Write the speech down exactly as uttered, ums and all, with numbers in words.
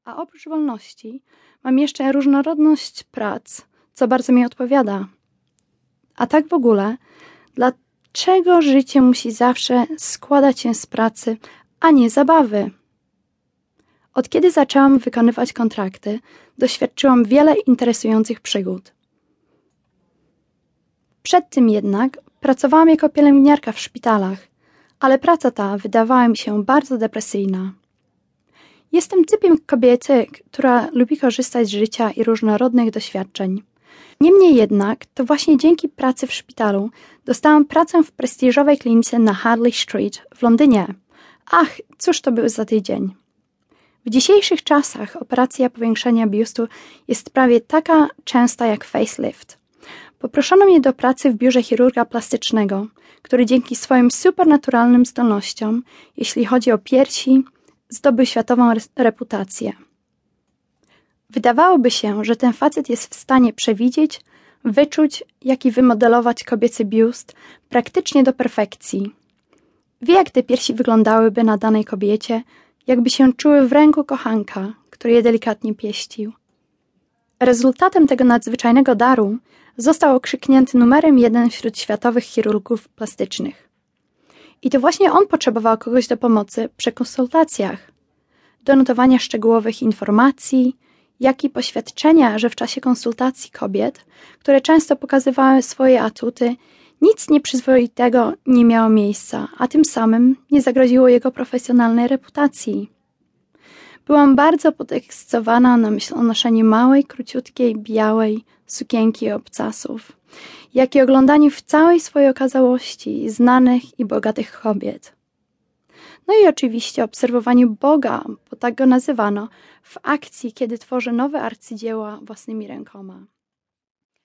A oprócz wolności mam jeszcze różnorodność prac, co bardzo mi odpowiada. A tak w ogóle, dlaczego życie musi zawsze składać się z pracy, a nie zabawy? Od kiedy zaczęłam wykonywać kontrakty, doświadczyłam wiele interesujących przygód. Przed tym jednak pracowałam jako pielęgniarka w szpitalach, ale praca ta wydawała mi się bardzo depresyjna. Jestem typem kobiety, która lubi korzystać z życia i różnorodnych doświadczeń. Niemniej jednak, to właśnie dzięki pracy w szpitalu dostałam pracę w prestiżowej klinice na Harley Street w Londynie. Ach, cóż to był za tydzień. W dzisiejszych czasach operacja powiększenia biustu jest prawie taka częsta jak facelift. Poproszono mnie do pracy w biurze chirurga plastycznego, który dzięki swoim supernaturalnym zdolnościom, jeśli chodzi o piersi, zdobył światową reputację. Wydawałoby się, że ten facet jest w stanie przewidzieć, wyczuć, jak i wymodelować kobiecy biust praktycznie do perfekcji. Wie, jak te piersi wyglądałyby na danej kobiecie, jakby się czuły w ręku kochanka, który je delikatnie pieścił. Rezultatem tego nadzwyczajnego daru został okrzyknięty numerem jeden wśród światowych chirurgów plastycznych. I to właśnie on potrzebował kogoś do pomocy przy konsultacjach, do notowania szczegółowych informacji, jak i poświadczenia, że w czasie konsultacji kobiet, które często pokazywały swoje atuty, nic nieprzyzwoitego nie miało miejsca, a tym samym nie zagroziło jego profesjonalnej reputacji. Byłam bardzo podekscytowana na myśl o noszeniu małej, króciutkiej, białej sukienki obcasów, jak i oglądaniu w całej swojej okazałości znanych i bogatych kobiet. No i oczywiście obserwowaniu Boga, bo tak go nazywano, w akcji, kiedy tworzy nowe arcydzieła własnymi rękoma.